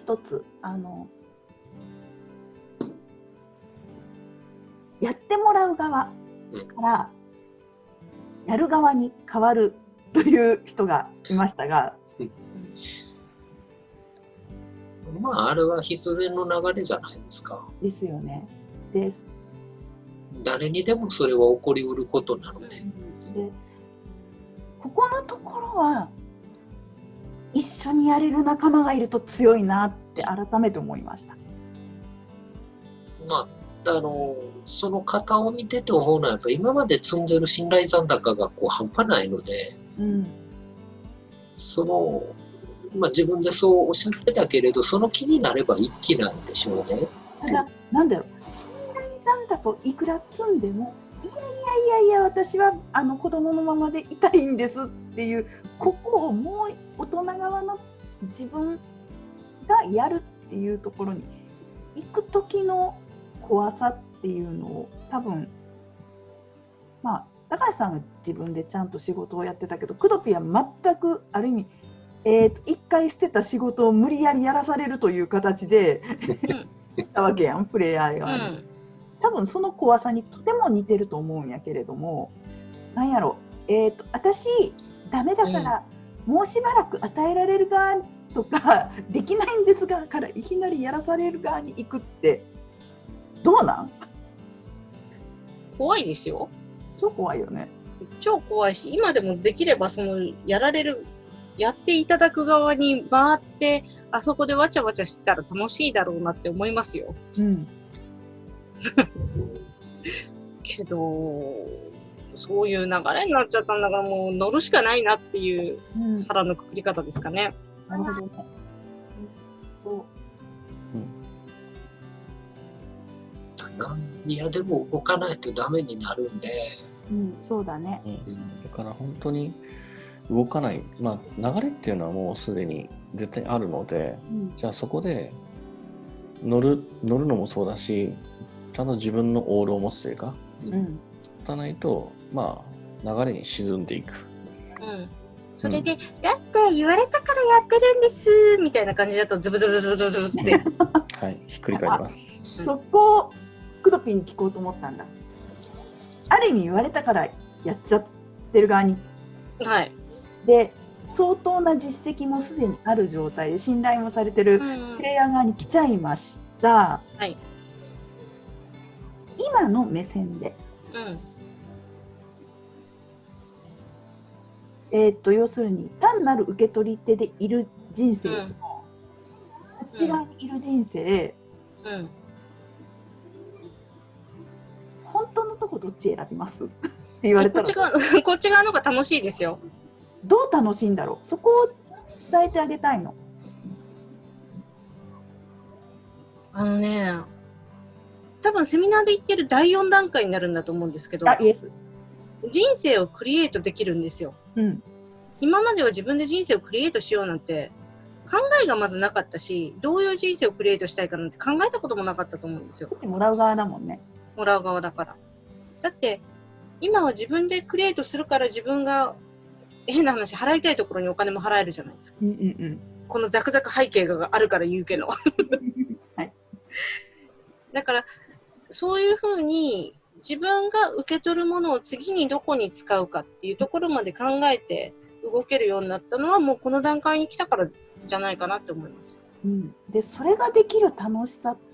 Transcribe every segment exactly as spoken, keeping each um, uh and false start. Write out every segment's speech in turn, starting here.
一つあのやってもらう側からやる側に変わるという人がいましたが、 まああれは必然の流れじゃないですか。 ですよね。です。 誰にでもそれは起こりうることなので。 で、ここのところは一緒にやれる仲間がいると強いなって改めて思いました。 まあ、あのその方を見てて思うのはやっぱり今まで積んでる信頼残高がこう半端ないので、 うん、その、まあ、自分でそうおっしゃってたけれどその気になれば一気なんでしょうね。 ただなんだろう、信頼残高をいくら積んでもいやいやいやいや私はあの子供のままでいたいんですっていう、ここをもう大人側の自分がやるっていうところに行く時の怖さっていうのを多分まあ高橋さんは自分でちゃんと仕事をやってたけど、クドピは全くある意味、えーと、一回捨てた仕事を無理やりやらされるという形でたわけやん、プレイヤー側に、うん、多分その怖さにとても似てると思うんやけれども、なんやろ、えーと、私ダメだから、うん、もうしばらく与えられる側とかできないんですがからいきなりやらされる側に行くってどうなん？ 怖いですよ。 超怖いよね。 超怖いし、今でもできればそのやられるやっていただく側に回ってあそこでわちゃわちゃしてたら楽しいだろうなって思いますよ。うん。けどそういう流れになっちゃったんだからもう乗るしかないなっていう腹のくくり方ですかね。 うん、なるほどね。 うん、いやでも動かないとダメになるんで、 うん、そうだね、 うん、だから本当に動かない、まあ、流れっていうのはもうすでに絶対あるので、うん、じゃあそこで乗る乗るのもそうだし、ちゃんと自分のオールを持つというか、うん、持たないとまあ流れに沈んでいく、 うん、それで、うん、だって言われたからやってるんですみたいな感じだとズブズブズブズブズってはいひっくり返ります。 そこをクドピンに聞こうと思ったんだ。ある意味言われたからやっちゃってる側に、 はい、 で相当な実績もすでにある状態で信頼もされてるプレイヤー側に来ちゃいました、 はい、 今の目線で、うん、えー、っと要するに単なる受け取り手でいる人生と、うん、こっち側にいる人生、うんうん、本当のとこどっち選びますって言われたら、 こっち側、こっち側の方が楽しいですよ。 どう楽しいんだろう、そこを伝えてあげたいの。 あのね、多分セミナーで言ってるだいよん段階になるんだと思うんですけど、 あ、イエス。 人生をクリエイトできるんですよ、うん、今までは自分で人生をクリエイトしようなんて考えがまずなかったし、どういう人生をクリエイトしたいかなんて考えたこともなかったと思うんですよ。 だってもらう側だもんね。 もらう側だから。だって今は自分でクリエイトするから自分が変な話払いたいところにお金も払えるじゃないですか、うんうんうん、このザクザク背景があるから言うけど、はい、だからそういうふうに自分が受け取るものを次にどこに使うかっていうところまで考えて動けるようになったのはもうこの段階に来たからじゃないかなって思います、 うん、でそれができる楽しさって、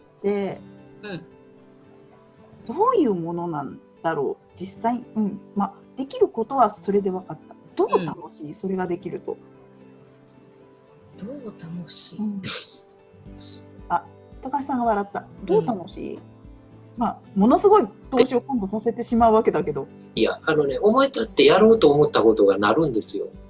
うん、どういうものなんだろう実際、うんまあ、できることはそれで分かった。どう楽しい、うん、それができるとどう楽しい、うん、 あ、高橋さんが笑った。どう楽しい、うん、まあ、ものすごい投資を今度させてしまうわけだけど、 いや、あのね、思い立ってやろうと思ったことがなるんですよ、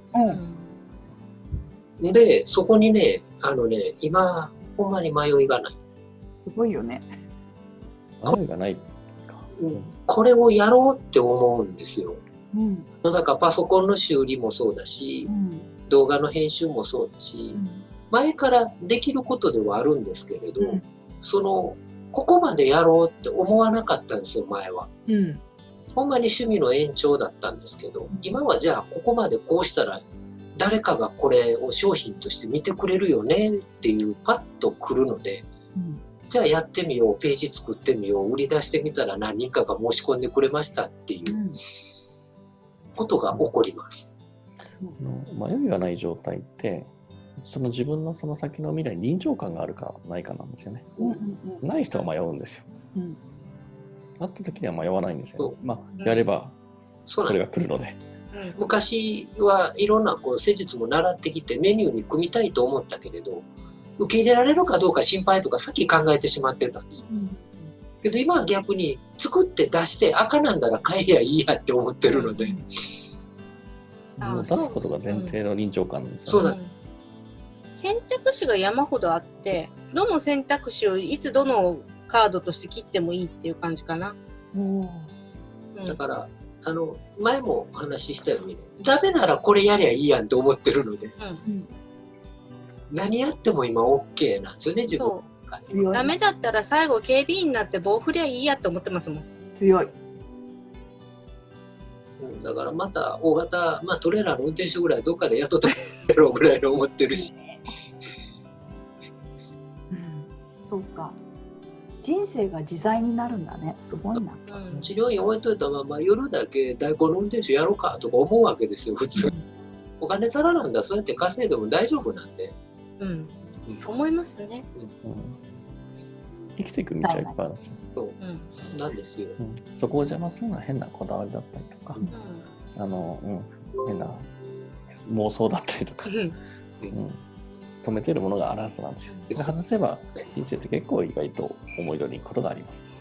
うん、で、そこにね、あのね、今ほんまに迷いがない。 すごいよね。 迷いがないか、 うん、これをやろうって思うんですよ、うん、だからパソコンの修理もそうだし、うん、動画の編集もそうだし、うん、前からできることではあるんですけれど、うん、そのここまでやろうって思わなかったんですよ前は、うん、ほんまに趣味の延長だったんですけど、今はじゃあここまでこうしたら誰かがこれを商品として見てくれるよねっていうパッと来るので、うん、じゃあやってみよう、ページ作ってみよう、売り出してみたら何人かが申し込んでくれましたっていうことが起こります。 うん、迷いがない状態ってその自分のその先の未来に臨場感があるかないかなんですよね。うんうんうん、ない人は迷うんですよ。うん、会った時には迷わないんですよ、ね。まあ、やればそれが来るので。 昔はいろんなこう施術も習ってきてメニューに組みたいと思ったけれど、受け入れられるかどうか心配とかさっき考えてしまってたんです。うん、けど今は逆に作って出して赤なんだら買えやいいやって思ってるので。うん、 出すことが前提の臨場感なんですよね。そうなん選択肢が山ほどあって、どの選択肢をいつどのカードとして切ってもいいっていう感じかな。うん、 だからあの前もお話ししたように、ダメならこれやりゃいいやんと思ってるので、うん、何やっても今 OK なんですよね、自分が。 ダメだったら最後警備員になって棒振りゃいいやって思ってますもん。 強い。 だからまた大型、まあ、トレーラーの運転手ぐらいどっかで雇ってやろうぐらいの思ってるし。 うん、そうか。人生が自在になるんだね。すごいな。 治療院置いといたまま夜だけ代行の運転手やろうかとか思うわけですよ、普通。うん、お金足らなんだ、そうやって稼いでも大丈夫なんで。 うん、うん、思いますね。うん、 生きていく道はいっぱいあるんですよ。 そう、うん、なんですよ、 うん。そこを邪魔するのは変なこだわりだったりとか、うん、あの、うん、変な妄想だったりとか、うんうん、止めてるものがあるはずなんですよ。外せば人生って結構意外と思い通りにいくことがあります。